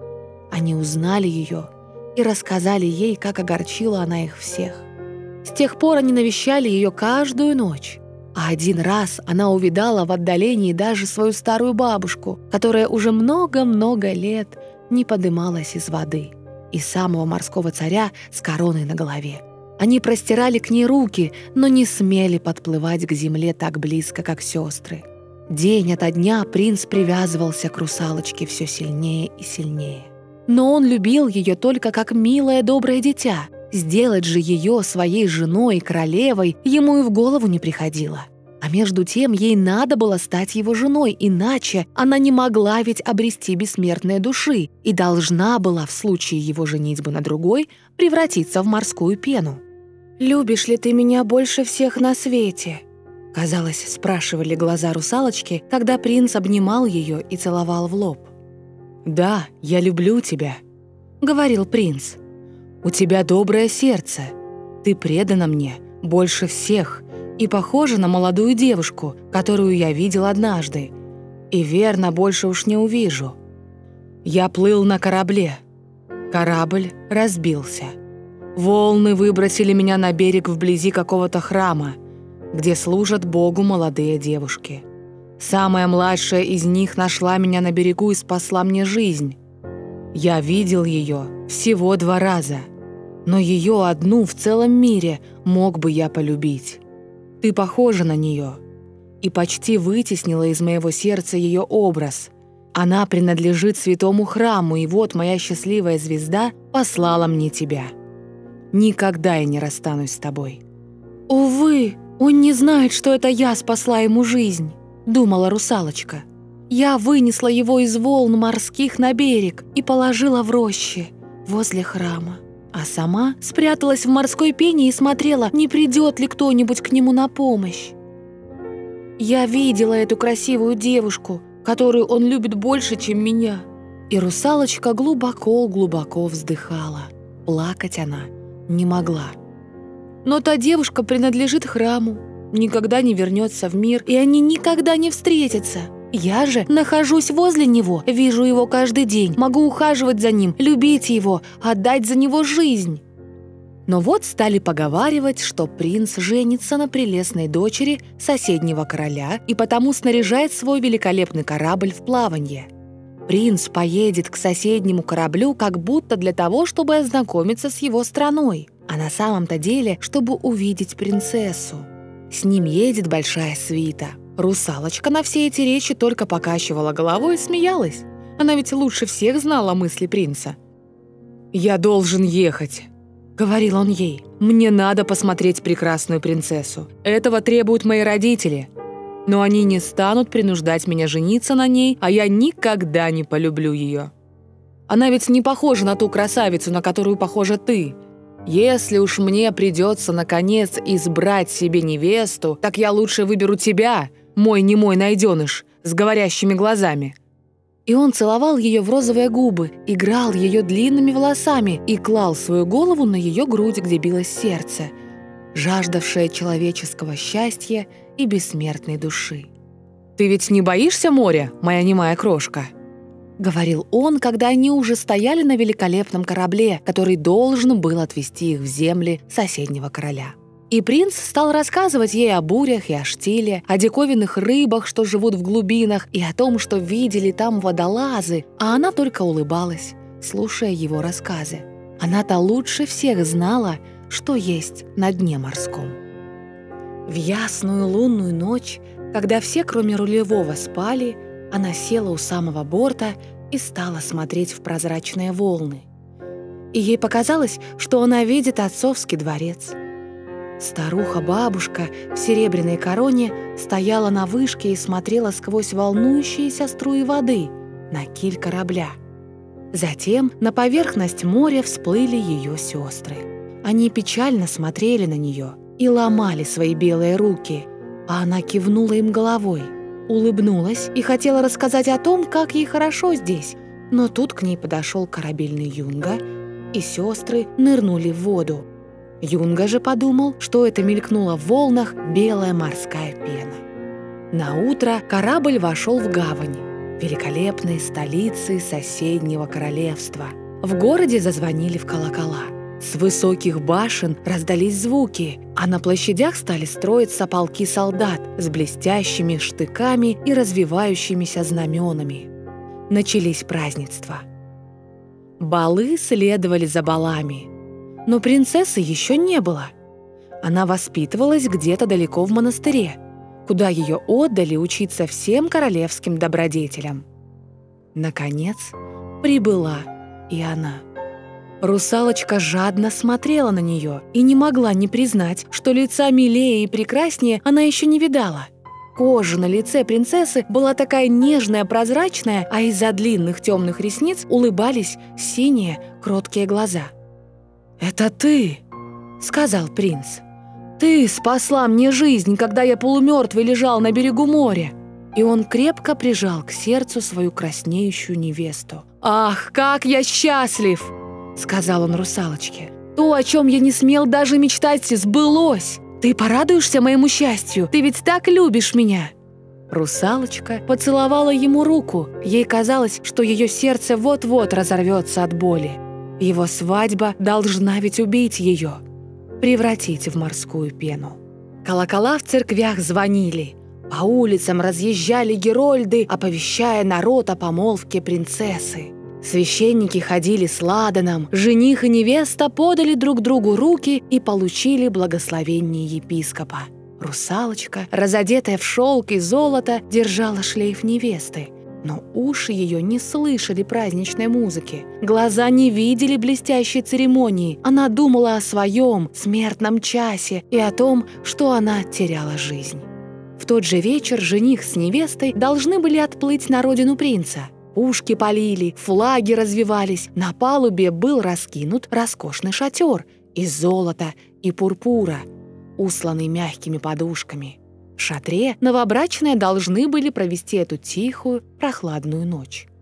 Они узнали ее и рассказали ей, как огорчила она их всех. С тех пор они навещали ее каждую ночь. А один раз она увидала в отдалении даже свою старую бабушку, которая уже много-много лет не подымалась из воды, и самого морского царя с короной на голове. Они простирали к ней руки, но не смели подплывать к земле так близко, как сестры. День ото дня принц привязывался к русалочке все сильнее и сильнее. Но он любил ее только как милое доброе дитя. Сделать же ее своей женой и королевой ему и в голову не приходило. А между тем ей надо было стать его женой, иначе она не могла ведь обрести бессмертные души и должна была в случае его женитьбы на другой превратиться в морскую пену. «Любишь ли ты меня больше всех на свете?» Казалось, спрашивали глаза русалочки, когда принц обнимал ее и целовал в лоб. «Да, я люблю тебя», — говорил принц. «У тебя доброе сердце. Ты предана мне больше всех и похожа на молодую девушку, которую я видел однажды, и верно больше уж не увижу. Я плыл на корабле. Корабль разбился. Волны выбросили меня на берег вблизи какого-то храма, где служат Богу молодые девушки. Самая младшая из них нашла меня на берегу и спасла мне жизнь. Я видел ее всего 2 раза, но ее одну в целом мире мог бы я полюбить. Ты похожа на нее и почти вытеснила из моего сердца ее образ. Она принадлежит святому храму, и вот моя счастливая звезда послала мне тебя. Никогда я не расстанусь с тобой». «Увы, он не знает, что это я спасла ему жизнь», — думала русалочка. «Я вынесла его из волн морских на берег и положила в роще возле храма, а сама спряталась в морской пене и смотрела, не придет ли кто-нибудь к нему на помощь. Я видела эту красивую девушку, которую он любит больше, чем меня. И русалочка глубоко-глубоко вздыхала. Плакать она не могла. Но та девушка принадлежит храму, никогда не вернется в мир, и они никогда не встретятся. Я же нахожусь возле него, вижу его каждый день, могу ухаживать за ним, любить его, отдать за него жизнь. Но вот стали поговаривать, что принц женится на прелестной дочери соседнего короля и потому снаряжает свой великолепный корабль в плаванье. Принц поедет к соседнему кораблю как будто для того, чтобы ознакомиться с его страной, а на самом-то деле, чтобы увидеть принцессу. С ним едет большая свита. Русалочка на все эти речи только покачивала головой и смеялась. Она ведь лучше всех знала мысли принца. «Я должен ехать», — говорил он ей. «Мне надо посмотреть прекрасную принцессу. Этого требуют мои родители. Но они не станут принуждать меня жениться на ней, а я никогда не полюблю ее. Она ведь не похожа на ту красавицу, на которую похожа ты. Если уж мне придется, наконец, избрать себе невесту, так я лучше выберу тебя, мой немой найденыш, с говорящими глазами». И он целовал ее в розовые губы, играл ее длинными волосами и клал свою голову на ее грудь, где билось сердце, жаждавшее человеческого счастья и бессмертной души. «Ты ведь не боишься моря, моя немая крошка?» — говорил он, когда они уже стояли на великолепном корабле, который должен был отвезти их в земли соседнего короля. И принц стал рассказывать ей о бурях и о штиле, о диковинных рыбах, что живут в глубинах, и о том, что видели там водолазы, а она только улыбалась, слушая его рассказы. Она-то лучше всех знала, что есть на дне морском. В ясную лунную ночь, когда все, кроме рулевого, спали, она села у самого борта и стала смотреть в прозрачные волны. И ей показалось, что она видит отцовский дворец. Старуха-бабушка в серебряной короне стояла на вышке и смотрела сквозь волнующиеся струи воды на киль корабля. Затем на поверхность моря всплыли ее сестры. Они печально смотрели на нее и ломали свои белые руки, а она кивнула им головой, улыбнулась и хотела рассказать о том, как ей хорошо здесь, но тут к ней подошел корабельный юнга, и сестры нырнули в воду. Юнга же подумал, что это мелькнула в волнах белая морская пена. Наутро корабль вошел в гавань, великолепной столицы соседнего королевства. В городе зазвонили в колокола. С высоких башен раздались звуки, а на площадях стали строиться полки солдат с блестящими штыками и развивающимися знаменами. Начались празднества. Балы следовали за балами. Но принцессы еще не было. Она воспитывалась где-то далеко в монастыре, куда ее отдали учиться всем королевским добродетелям. Наконец, прибыла и она. Русалочка жадно смотрела на нее и не могла не признать, что лица милее и прекраснее она еще не видала. Кожа на лице принцессы была такая нежная, прозрачная, а из-за длинных темных ресниц улыбались синие, кроткие глаза. «Это ты!» — сказал принц. «Ты спасла мне жизнь, когда я полумертвый лежал на берегу моря!» И он крепко прижал к сердцу свою краснеющую невесту. «Ах, как я счастлив!» — сказал он русалочке. «То, о чем я не смел даже мечтать, сбылось! Ты порадуешься моему счастью? Ты ведь так любишь меня!» Русалочка поцеловала ему руку. Ей казалось, что ее сердце вот-вот разорвется от боли. Его свадьба должна ведь убить ее, превратить в морскую пену. Колокола в церквях звонили. По улицам разъезжали герольды, оповещая народ о помолвке принцессы. Священники ходили с ладаном, жених и невеста подали друг другу руки и получили благословение епископа. Русалочка, разодетая в шелк и золото, держала шлейф невесты. Но уши ее не слышали праздничной музыки. Глаза не видели блестящей церемонии. Она думала о своем смертном часе и о том, что она теряла жизнь. В тот же вечер жених с невестой должны были отплыть на родину принца. Пушки полили, флаги развивались. На палубе был раскинут роскошный шатер из золота и пурпура, усланный мягкими подушками. В шатре новобрачные должны были провести эту тихую, прохладную ночь.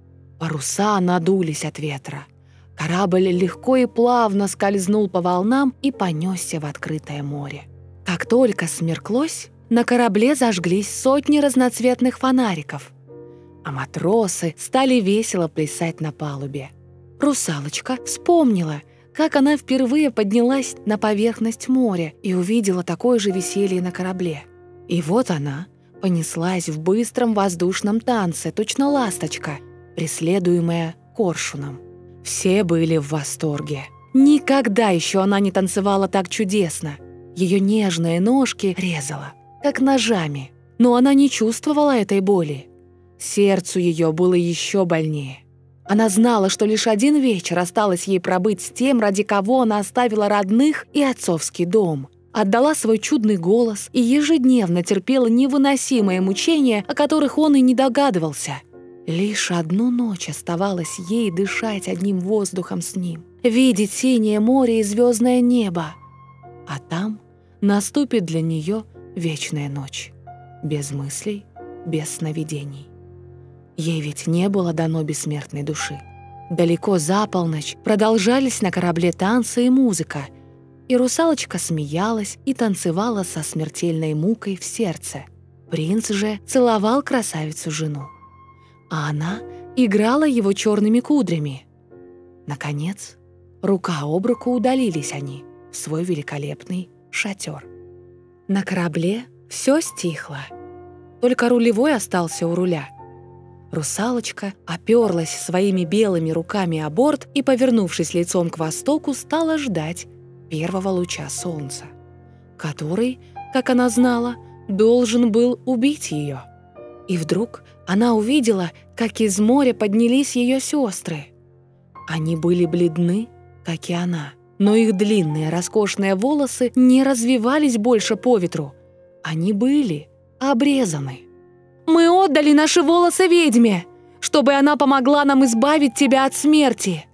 Паруса надулись от ветра. Корабль легко и плавно скользнул по волнам и понесся в открытое море. Как только смерклось, на корабле зажглись сотни разноцветных фонариков, а матросы стали весело плясать на палубе. Русалочка вспомнила, как она впервые поднялась на поверхность моря и увидела такое же веселье на корабле. И вот она понеслась в быстром воздушном танце, точно ласточка, преследуемая коршуном. Все были в восторге. Никогда еще она не танцевала так чудесно. Ее нежные ножки резала, как ножами, но она не чувствовала этой боли. Сердцу ее было еще больнее. Она знала, что лишь один вечер осталось ей пробыть с тем, ради кого она оставила родных и отцовский дом. Отдала свой чудный голос и ежедневно терпела невыносимые мучения, о которых он и не догадывался. Лишь одну ночь оставалось ей дышать одним воздухом с ним, видеть синее море и звездное небо. А там наступит для нее вечная ночь, без мыслей, без сновидений. Ей ведь не было дано бессмертной души. Далеко за полночь продолжались на корабле танцы и музыка, и русалочка смеялась и танцевала со смертельной мукой в сердце. Принц же целовал красавицу-жену, а она играла его черными кудрями. Наконец, рука об руку удалились они в свой великолепный шатер. На корабле все стихло, только рулевой остался у руля. Русалочка оперлась своими белыми руками о борт и, повернувшись лицом к востоку, стала ждать первого луча солнца, который, как она знала, должен был убить ее. И вдруг она увидела, как из моря поднялись ее сестры. Они были бледны, как и она, но их длинные роскошные волосы не развивались больше по ветру. Они были обрезаны. «Мы отдали наши волосы ведьме, чтобы она помогла нам избавить тебя от смерти.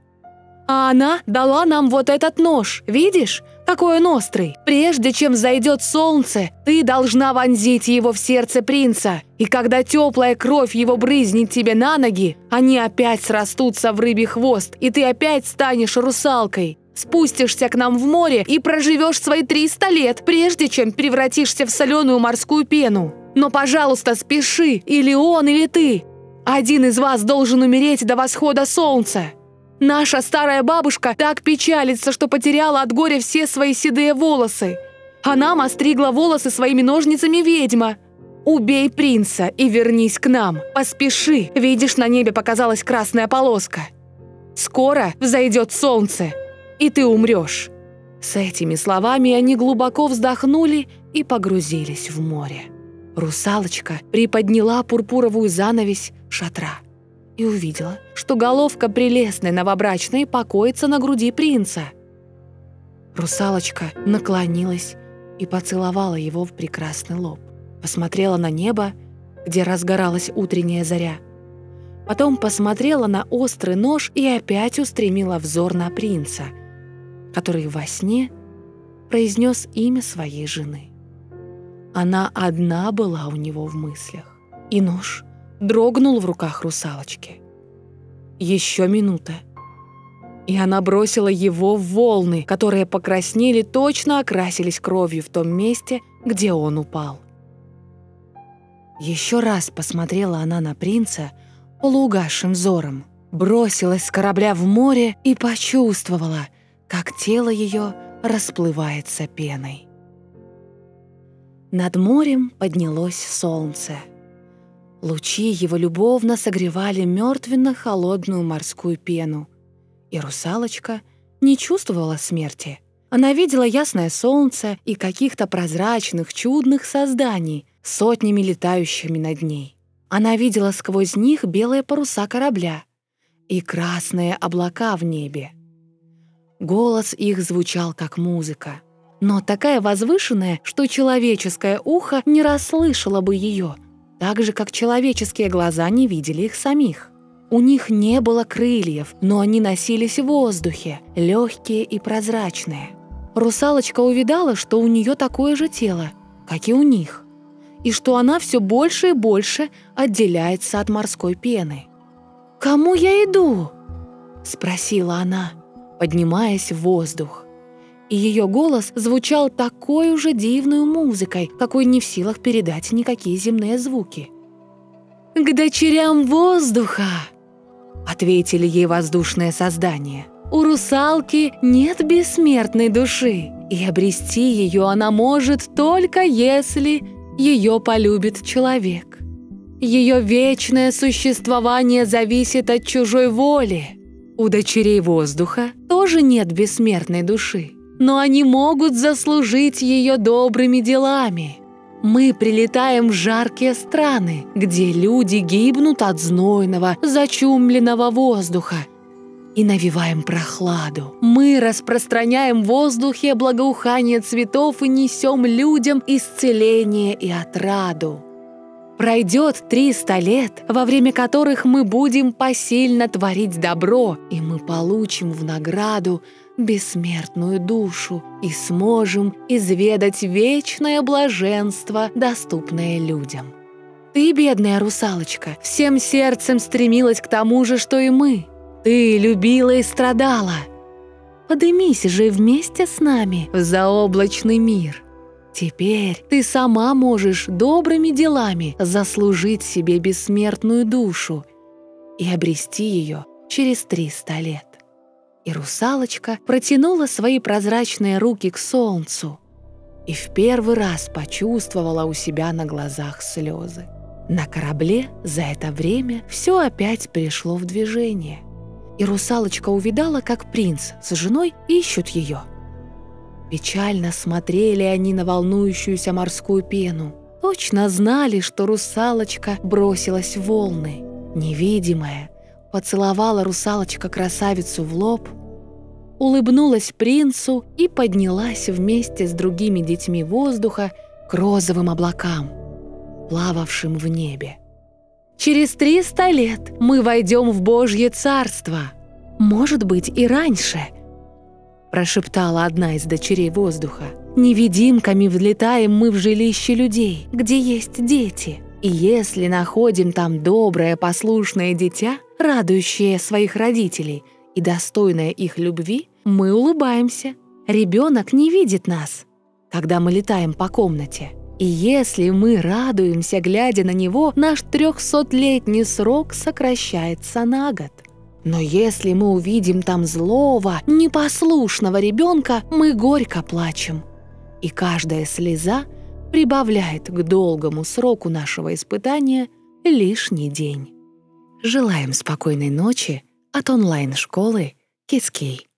А она дала нам вот этот нож, видишь, какой он острый. Прежде чем взойдет солнце, ты должна вонзить его в сердце принца, и когда теплая кровь его брызнет тебе на ноги, они опять срастутся в рыбий хвост, и ты опять станешь русалкой. Спустишься к нам в море и проживешь свои 300 лет, прежде чем превратишься в соленую морскую пену. Но, пожалуйста, спеши, или он, или ты. Один из вас должен умереть до восхода солнца. Наша старая бабушка так печалится, что потеряла от горя все свои седые волосы. А нам остригла волосы своими ножницами ведьма. Убей принца и вернись к нам. Поспеши, видишь, на небе показалась красная полоска. Скоро взойдет солнце, и ты умрешь». С этими словами они глубоко вздохнули и погрузились в море. Русалочка приподняла пурпуровую занавесь шатра и увидела, что головка прелестной новобрачной покоится на груди принца. Русалочка наклонилась и поцеловала его в прекрасный лоб, посмотрела на небо, где разгоралась утренняя заря, потом посмотрела на острый нож и опять устремила взор на принца, который во сне произнес имя своей жены. Она одна была у него в мыслях, и нож дрогнул в руках русалочки. Еще минута, и она бросила его в волны, которые покраснели, точно окрасились кровью в том месте, где он упал. Еще раз посмотрела она на принца полуугасшим взором, бросилась с корабля в море и почувствовала, как тело ее расплывается пеной. Над морем поднялось солнце. Лучи его любовно согревали мертвенно-холодную морскую пену, и русалочка не чувствовала смерти. Она видела ясное солнце и каких-то прозрачных, чудных созданий, сотнями летающими над ней. Она видела сквозь них белые паруса корабля и красные облака в небе. Голос их звучал как музыка, но такая возвышенная, что человеческое ухо не расслышало бы ее, так же, как человеческие глаза не видели их самих. У них не было крыльев, но они носились в воздухе, легкие и прозрачные. Русалочка увидала, что у нее такое же тело, как и у них, и что она все больше и больше отделяется от морской пены. кому я иду?» — спросила она, поднимаясь в воздух. И ее голос звучал такой уже дивной музыкой, какой не в силах передать никакие земные звуки. «К дочерям воздуха!» — ответили ей воздушные создания. «У русалки нет бессмертной души, и обрести ее она может только если ее полюбит человек. Ее вечное существование зависит от чужой воли. У дочерей воздуха тоже нет бессмертной души, но они могут заслужить ее добрыми делами. Мы прилетаем в жаркие страны, где люди гибнут от знойного, зачумленного воздуха, и навеваем прохладу. Мы распространяем в воздухе благоухание цветов и несем людям исцеление и отраду. Пройдет 300 лет, во время которых мы будем посильно творить добро, и мы получим в награду бессмертную душу и сможем изведать вечное блаженство, доступное людям. Ты, бедная русалочка, всем сердцем стремилась к тому же, что и мы. Ты любила и страдала. Подымись же вместе с нами в заоблачный мир. Теперь ты сама можешь добрыми делами заслужить себе бессмертную душу и обрести ее через 300 лет». И русалочка протянула свои прозрачные руки к солнцу и в первый раз почувствовала у себя на глазах слезы. На корабле за это время все опять пришло в движение, и русалочка увидала, как принц с женой ищут ее. Печально смотрели они на волнующуюся морскую пену. Точно знали, что русалочка бросилась в волны. Невидимая поцеловала русалочка красавицу в лоб, улыбнулась принцу и поднялась вместе с другими детьми воздуха к розовым облакам, плававшим в небе. «Через 300 лет мы войдем в Божье царство. Может быть, и раньше», — прошептала одна из дочерей воздуха. «Невидимками влетаем мы в жилище людей, где есть дети. И если находим там доброе, послушное дитя, радующее своих родителей и достойное их любви, мы улыбаемся. Ребенок не видит нас, когда мы летаем по комнате. И если мы радуемся, глядя на него, наш 300-летний срок сокращается на год. Но если мы увидим там злого, непослушного ребенка, мы горько плачем. И каждая слеза прибавляет к долгому сроку нашего испытания лишний день». Желаем спокойной ночи от онлайн-школы Кис Кей.